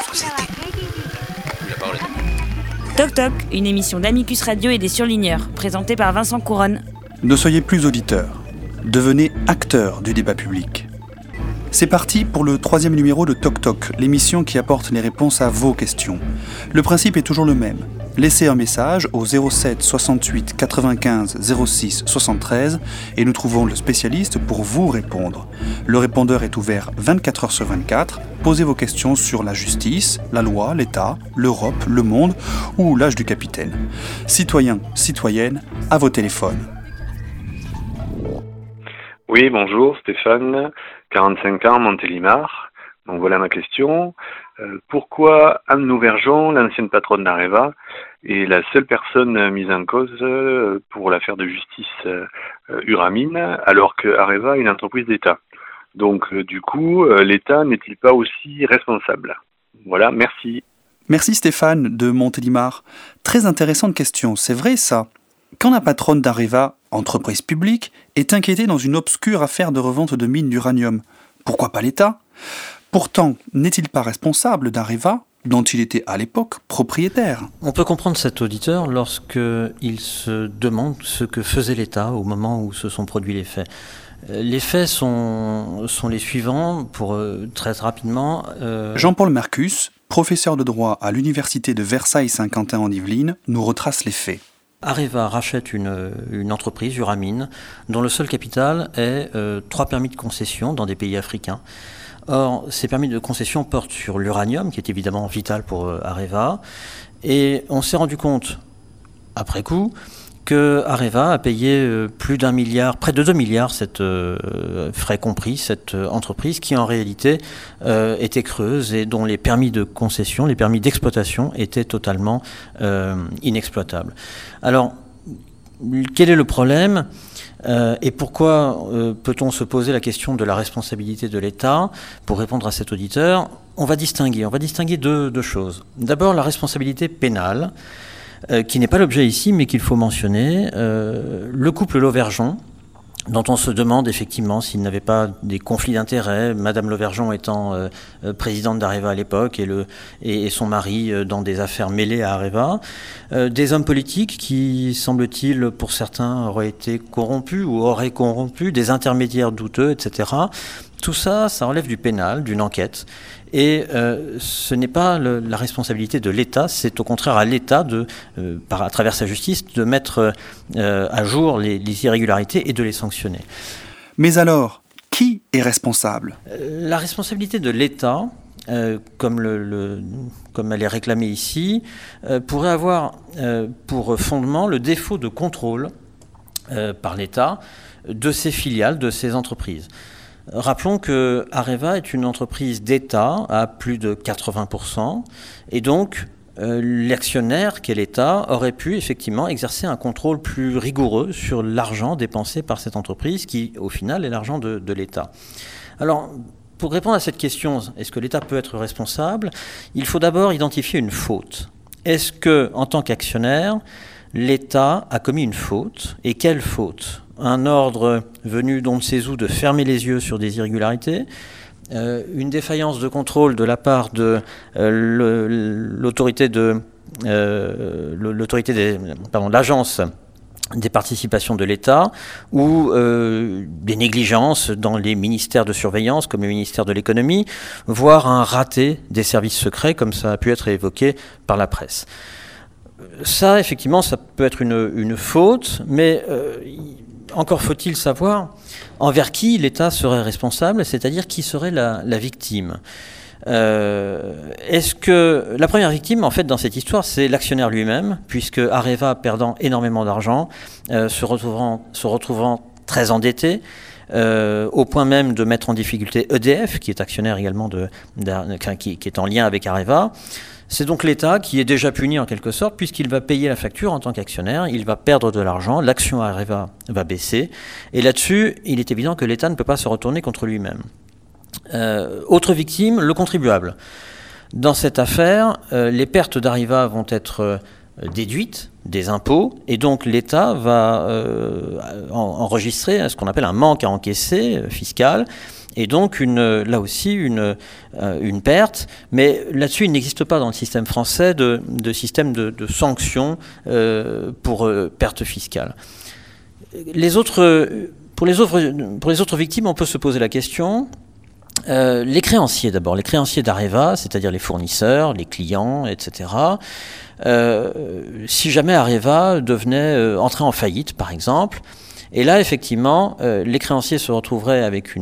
Vous êtes... La parole est à vous. Toc Toc, une émission d'Amicus Radio et des Surligneurs, présentée par Vincent Couronne. Ne soyez plus auditeurs, devenez acteurs du débat public. C'est parti pour le 3e numéro de Toc Toc, l'émission qui apporte les réponses à vos questions. Le principe est toujours le même. Laissez un message au 07 68 95 06 73 et nous trouvons le spécialiste pour vous répondre. Le répondeur est ouvert 24 heures sur 24. Posez vos questions sur la justice, la loi, l'État, l'Europe, le monde ou l'âge du capitaine. Citoyens, citoyennes, à vos téléphones. Oui, bonjour, Stéphane, 45 ans, Montélimar. Donc voilà ma question. Pourquoi Anne Nouvergeon, l'ancienne patronne d'Areva, est la seule personne mise en cause pour l'affaire de justice Uramine, alors que Areva est une entreprise d'État? Donc du coup, l'État n'est-il pas aussi responsable? Voilà, merci. Merci Stéphane de Montélimar. Très intéressante question, c'est vrai ça. Quand la patronne d'Areva, entreprise publique, est inquiétée dans une obscure affaire de revente de mines d'uranium, pourquoi pas l'État ? Pourtant, n'est-il pas responsable d'Areva, dont il était à l'époque propriétaire ? On peut comprendre cet auditeur lorsqu'il se demande ce que faisait l'État au moment où se sont produits les faits. Les faits sont les suivants, pour très rapidement. Jean-Paul Marcus, professeur de droit à l'université de Versailles-Saint-Quentin en Yvelines, nous retrace les faits. Areva rachète une entreprise, Uramine, dont le seul capital est 3 permis de concession dans des pays africains. Or, ces permis de concession portent sur l'uranium, qui est évidemment vital pour Areva, et on s'est rendu compte, après coup, que Areva a payé plus d'1 milliard, près de 2 milliards, frais compris, cette entreprise qui en réalité était creuse et dont les permis de concession, les permis d'exploitation étaient totalement inexploitables. Alors, quel est le problème ? Et pourquoi peut-on se poser la question de la responsabilité de l'État ? Pour répondre à cet auditeur, on va distinguer deux choses. D'abord, la responsabilité pénale, qui n'est pas l'objet ici, mais qu'il faut mentionner. Le couple Lauvergeon, dont on se demande effectivement s'il n'avait pas des conflits d'intérêts, Madame Lauvergeon étant présidente d'Areva à l'époque et son mari dans des affaires mêlées à Areva, des hommes politiques qui, semble-t-il, pour certains, auraient été corrompus ou auraient corrompu, des intermédiaires douteux, etc. Tout ça, ça relève du pénal, d'une enquête. Et ce n'est pas la responsabilité de l'État, c'est au contraire à l'État, à travers sa justice, de mettre à jour les irrégularités et de les sanctionner. Mais alors, qui est responsable ? La responsabilité de l'État, comme elle est réclamée ici, pourrait avoir pour fondement le défaut de contrôle par l'État de ses filiales, de ses entreprises. Rappelons que Areva est une entreprise d'État à plus de 80%, et donc l'actionnaire, qui est l'État, aurait pu effectivement exercer un contrôle plus rigoureux sur l'argent dépensé par cette entreprise, qui au final est l'argent de l'État. Alors, pour répondre à cette question, est-ce que l'État peut être responsable ? Il faut d'abord identifier une faute. Est-ce que, en tant qu'actionnaire, l'État a commis une faute ? Et quelle faute ? Un ordre venu d'on ne sait où de fermer les yeux sur des irrégularités, une défaillance de contrôle de la part de l'agence des participations de l'État, ou des négligences dans les ministères de surveillance comme le ministère de l'économie, voire un raté des services secrets comme ça a pu être évoqué par la presse. Ça, effectivement, ça peut être une faute, mais encore faut-il savoir envers qui l'État serait responsable, c'est-à-dire qui serait la victime. Est-ce que la première victime, en fait, dans cette histoire, c'est l'actionnaire lui-même, puisque Areva, perdant énormément d'argent, se retrouvant très endetté, au point même de mettre en difficulté EDF, qui est actionnaire également qui est en lien avec Areva. C'est donc l'État qui est déjà puni en quelque sorte, puisqu'il va payer la facture en tant qu'actionnaire, il va perdre de l'argent, l'action Areva va baisser, et là-dessus, il est évident que l'État ne peut pas se retourner contre lui-même. Autre victime, le contribuable. Dans cette affaire, les pertes d'Areva vont être déduite des impôts, et donc l'État va enregistrer ce qu'on appelle un manque à encaisser fiscal, et donc là aussi une perte. Mais là-dessus, il n'existe pas dans le système français de système de sanctions pour perte fiscale. Pour les autres victimes, on peut se poser la question. Les créanciers d'abord, les créanciers d'Areva, c'est-à-dire les fournisseurs, les clients, etc. Si jamais Areva devenait entrer en faillite, par exemple, et là effectivement, les créanciers se retrouveraient avec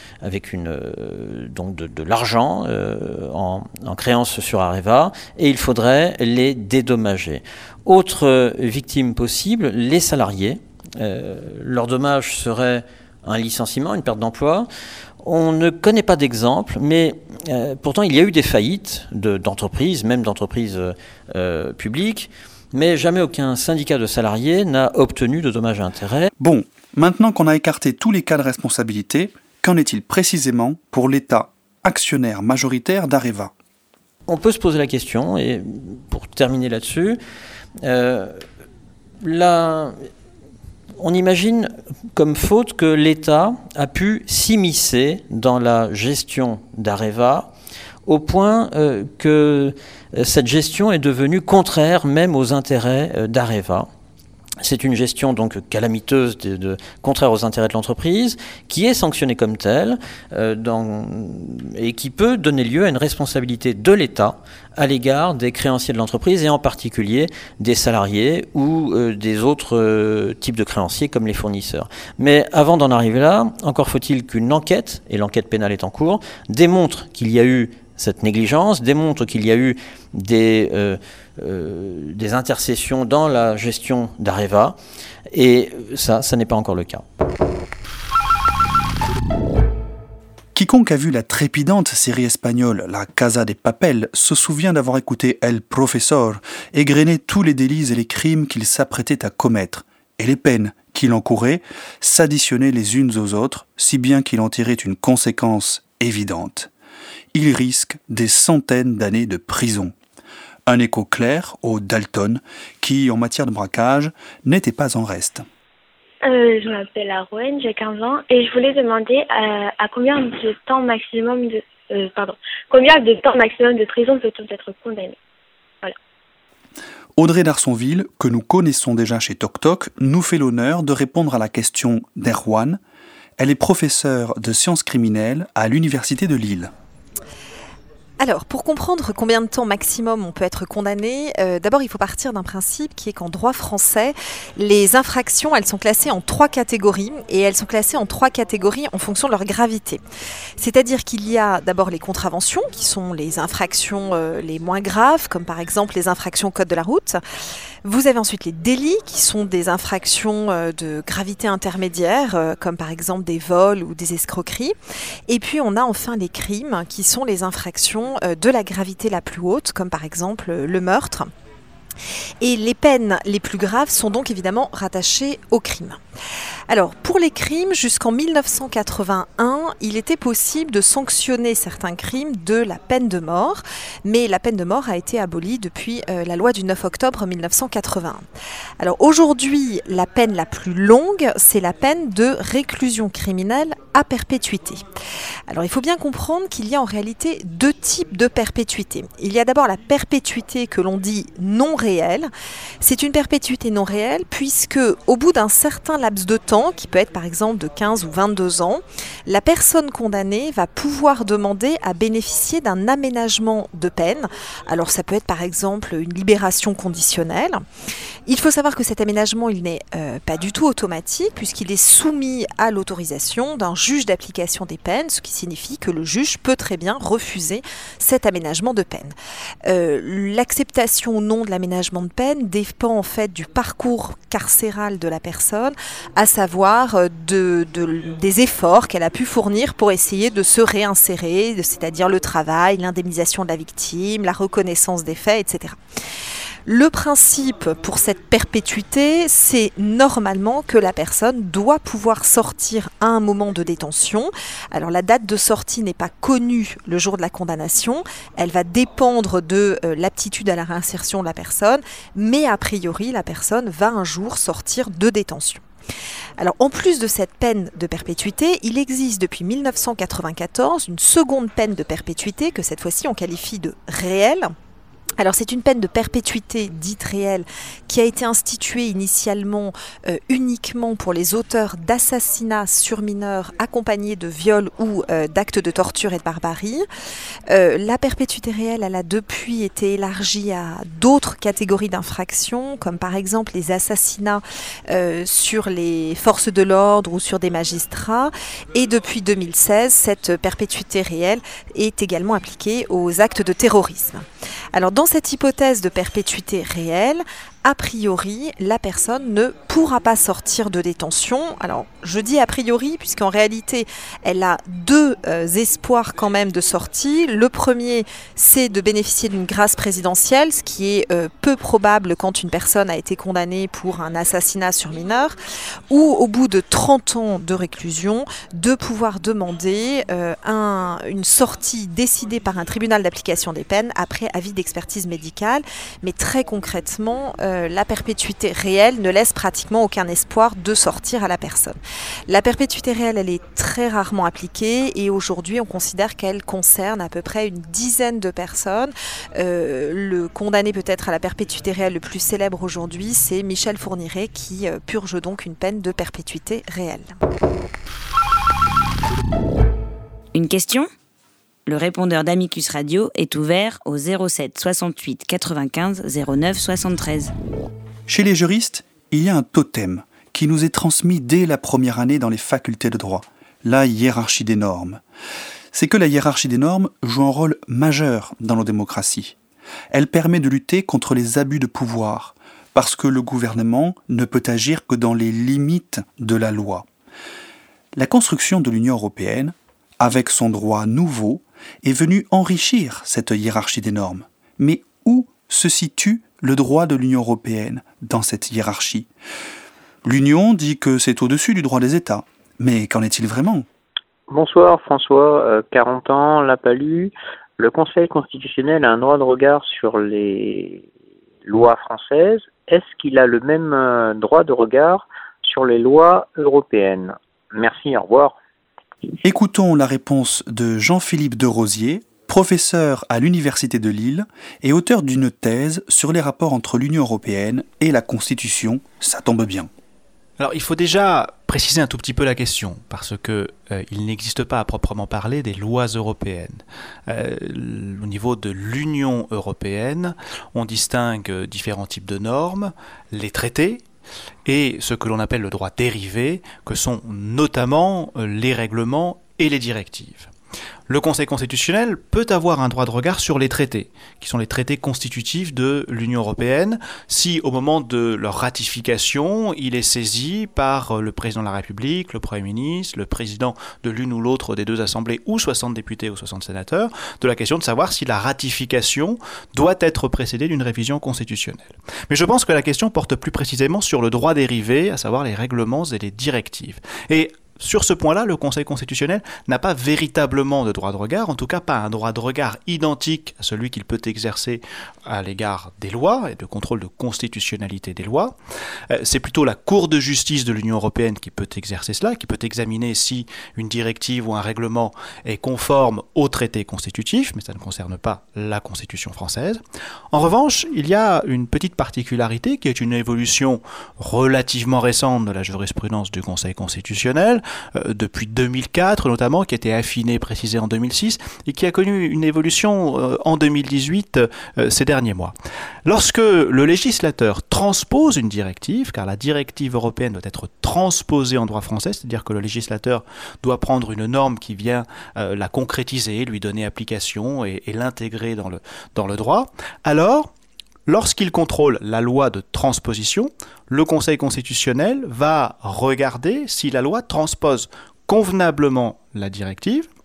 donc de l'argent en créance sur Areva, et il faudrait les dédommager. Autre victime possible, les salariés. Leur dommage serait un licenciement, une perte d'emploi. On ne connaît pas d'exemple, mais pourtant il y a eu des faillites d'entreprises, même d'entreprises publiques, mais jamais aucun syndicat de salariés n'a obtenu de dommages et intérêts. Bon, maintenant qu'on a écarté tous les cas de responsabilité, qu'en est-il précisément pour l'État actionnaire majoritaire d'Areva ? On peut se poser la question, et pour terminer là-dessus, on imagine comme faute que l'État a pu s'immiscer dans la gestion d'Areva au point que cette gestion est devenue contraire même aux intérêts d'Areva. C'est une gestion donc calamiteuse, contraire aux intérêts de l'entreprise, qui est sanctionnée comme telle et qui peut donner lieu à une responsabilité de l'État à l'égard des créanciers de l'entreprise et en particulier des salariés ou des autres types de créanciers comme les fournisseurs. Mais avant d'en arriver là, encore faut-il qu'une enquête, et l'enquête pénale est en cours, démontre qu'il y a eu cette négligence, démontre qu'il y a eu des intercessions dans la gestion d'Areva, et ça n'est pas encore le cas. Quiconque a vu la trépidante série espagnole La Casa de Papel se souvient d'avoir écouté El Profesor égrener tous les délits et les crimes qu'il s'apprêtait à commettre, et les peines qu'il encourait s'additionnaient les unes aux autres, si bien qu'il en tirait une conséquence évidente. Il risque des centaines d'années de prison. Un écho clair au Dalton, qui, en matière de braquage, n'était pas en reste. Je m'appelle Arwen, j'ai 15 ans, et je voulais demander à combien de temps maximum de prison peut-on être condamné ? Voilà. Audrey d'Arsonville, que nous connaissons déjà chez Toc Toc, nous fait l'honneur de répondre à la question d'Erwan. Elle est professeure de sciences criminelles à l'Université de Lille. Alors, pour comprendre combien de temps maximum on peut être condamné, d'abord il faut partir d'un principe qui est qu'en droit français, les infractions, elles sont classées en 3 catégories, et elles sont classées en 3 catégories en fonction de leur gravité. C'est-à-dire qu'il y a d'abord les contraventions, qui sont les infractions les moins graves, comme par exemple les infractions au code de la route. Vous avez ensuite les délits, qui sont des infractions de gravité intermédiaire, comme par exemple des vols ou des escroqueries. Et puis on a enfin les crimes, qui sont les infractions de la gravité la plus haute, comme par exemple le meurtre. Et les peines les plus graves sont donc évidemment rattachées au crime. Alors, pour les crimes, jusqu'en 1981, il était possible de sanctionner certains crimes de la peine de mort, mais la peine de mort a été abolie depuis la loi du 9 octobre 1981. Alors aujourd'hui, la peine la plus longue, c'est la peine de réclusion criminelle à perpétuité. Alors il faut bien comprendre qu'il y a en réalité 2 types de perpétuité. Il y a d'abord la perpétuité que l'on dit non réelle. C'est une perpétuité non réelle puisque au bout d'un certain laps de temps, qui peut être par exemple de 15 ou 22 ans, la personne condamnée va pouvoir demander à bénéficier d'un aménagement de peine. Alors ça peut être par exemple une libération conditionnelle. Il faut savoir que cet aménagement, il n'est pas du tout automatique puisqu'il est soumis à l'autorisation d'un juge d'application des peines, ce qui signifie que le juge peut très bien refuser cet aménagement de peine. L'acceptation ou non de l'aménagement de peine dépend en fait du parcours carcéral de la personne, à savoir des efforts qu'elle a pu fournir pour essayer de se réinsérer, c'est-à-dire le travail, l'indemnisation de la victime, la reconnaissance des faits, etc. Le principe pour cette perpétuité, c'est normalement que la personne doit pouvoir sortir à un moment de détention. Alors la date de sortie n'est pas connue le jour de la condamnation, elle va dépendre de l'aptitude à la réinsertion de la personne, mais a priori la personne va un jour sortir de détention. Alors, en plus de cette peine de perpétuité, il existe depuis 1994 une seconde peine de perpétuité que cette fois-ci on qualifie de réelle. Alors c'est une peine de perpétuité dite réelle qui a été instituée initialement uniquement pour les auteurs d'assassinats sur mineurs accompagnés de viols ou d'actes de torture et de barbarie. La perpétuité réelle, elle a depuis été élargie à d'autres catégories d'infractions, comme par exemple les assassinats sur les forces de l'ordre ou sur des magistrats. Et depuis 2016, cette perpétuité réelle est également appliquée aux actes de terrorisme. Alors dans cette hypothèse de perpétuité réelle, a priori, la personne ne pourra pas sortir de détention. Alors, je dis a priori, puisqu'en réalité, elle a deux espoirs quand même de sortie. Le premier, c'est de bénéficier d'une grâce présidentielle, ce qui est peu probable quand une personne a été condamnée pour un assassinat sur mineur, ou au bout de 30 ans de réclusion, de pouvoir demander une sortie décidée par un tribunal d'application des peines après avis d'expertise médicale. Mais très concrètement, la perpétuité réelle ne laisse pratiquement aucun espoir de sortir à la personne. La perpétuité réelle, elle est très rarement appliquée et aujourd'hui, on considère qu'elle concerne à peu près une dizaine de personnes. Le condamné peut-être à la perpétuité réelle le plus célèbre aujourd'hui, c'est Michel Fourniret qui purge donc une peine de perpétuité réelle. Une question ? Le répondeur d'Amicus Radio est ouvert au 07 68 95 09 73. Chez les juristes, il y a un totem qui nous est transmis dès la première année dans les facultés de droit, la hiérarchie des normes. C'est que la hiérarchie des normes joue un rôle majeur dans nos démocraties. Elle permet de lutter contre les abus de pouvoir, parce que le gouvernement ne peut agir que dans les limites de la loi. La construction de l'Union européenne, avec son droit nouveau, est venu enrichir cette hiérarchie des normes. Mais où se situe le droit de l'Union européenne dans cette hiérarchie ? L'Union dit que c'est au-dessus du droit des États. Mais qu'en est-il vraiment ? Bonsoir François, 40 ans, La Palue. Le Conseil constitutionnel a un droit de regard sur les lois françaises. Est-ce qu'il a le même droit de regard sur les lois européennes ? Merci, au revoir. Écoutons la réponse de Jean-Philippe Derosier, professeur à l'Université de Lille et auteur d'une thèse sur les rapports entre l'Union européenne et la Constitution. Ça tombe bien. Alors, il faut déjà préciser un tout petit peu la question, parce que il n'existe pas à proprement parler des lois européennes. Au niveau de l'Union européenne, on distingue différents types de normes, les traités, et ce que l'on appelle le droit dérivé, que sont notamment les règlements et les directives. Le Conseil constitutionnel peut avoir un droit de regard sur les traités, qui sont les traités constitutifs de l'Union européenne, si au moment de leur ratification, il est saisi par le président de la République, le Premier ministre, le président de l'une ou l'autre des deux assemblées, ou 60 députés ou 60 sénateurs, de la question de savoir si la ratification doit être précédée d'une révision constitutionnelle. Mais je pense que la question porte plus précisément sur le droit dérivé, à savoir les règlements et les directives. Et sur ce point-là, le Conseil constitutionnel n'a pas véritablement de droit de regard, en tout cas pas un droit de regard identique à celui qu'il peut exercer à l'égard des lois et de contrôle de constitutionnalité des lois. C'est plutôt la Cour de justice de l'Union européenne qui peut exercer cela, qui peut examiner si une directive ou un règlement est conforme au traité constitutif, mais ça ne concerne pas la Constitution française. En revanche, il y a une petite particularité qui est une évolution relativement récente de la jurisprudence du Conseil constitutionnel, depuis 2004 notamment, qui a été affinée, précisée en 2006 et qui a connu une évolution en 2018 ces derniers mois. Lorsque le législateur transpose une directive, car la directive européenne doit être transposée en droit français, c'est-à-dire que le législateur doit prendre une norme qui vient la concrétiser, lui donner application et l'intégrer dans le droit, alors lorsqu'il contrôle la loi de transposition, le Conseil constitutionnel va regarder si la loi transpose convenablement la directive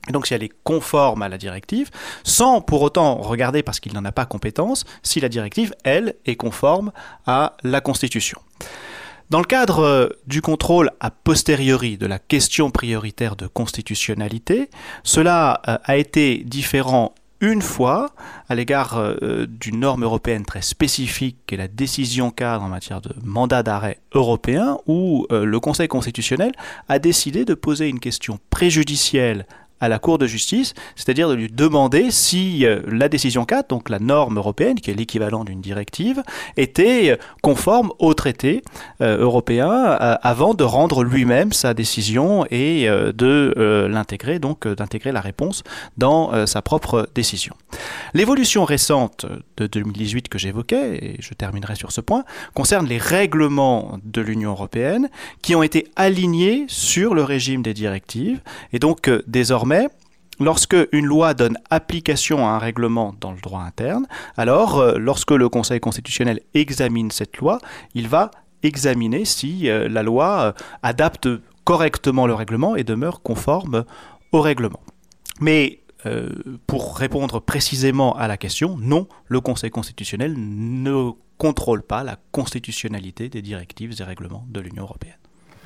Et donc si elle est conforme à la directive, sans pour autant regarder, parce qu'il n'en a pas compétence, si la directive, elle, est conforme à la Constitution. Dans le cadre du contrôle a posteriori de la question prioritaire de constitutionnalité, cela a été différent une fois à l'égard d'une norme européenne très spécifique qui est la décision cadre en matière de mandat d'arrêt européen, où le Conseil constitutionnel a décidé de poser une question préjudicielle à la Cour de justice, c'est-à-dire de lui demander si la décision 4, donc la norme européenne, qui est l'équivalent d'une directive, était conforme au traité européen avant de rendre lui-même sa décision et de l'intégrer, donc d'intégrer la réponse dans sa propre décision. L'évolution récente de 2018 que j'évoquais, et je terminerai sur ce point, concerne les règlements de l'Union européenne qui ont été alignés sur le régime des directives, et donc désormais, lorsque une loi donne application à un règlement dans le droit interne, alors lorsque le Conseil constitutionnel examine cette loi, il va examiner si la loi adapte correctement le règlement et demeure conforme au règlement. Mais pour répondre précisément à la question, non, le Conseil constitutionnel ne contrôle pas la constitutionnalité des directives et règlements de l'Union européenne.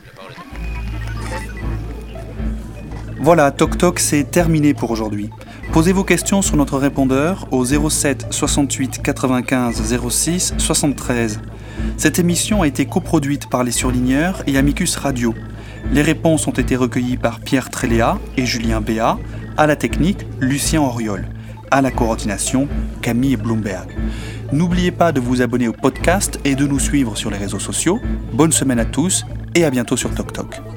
Voilà, Toc Toc, c'est terminé pour aujourd'hui. Posez vos questions sur notre répondeur au 07 68 95 06 73. Cette émission a été coproduite par Les Surligneurs et Amicus Radio. Les réponses ont été recueillies par Pierre Tréléa et Julien Béat, à la technique, Lucien Auriol, à la coordination, Camille Bloomberg. N'oubliez pas de vous abonner au podcast et de nous suivre sur les réseaux sociaux. Bonne semaine à tous et à bientôt sur Toc Toc.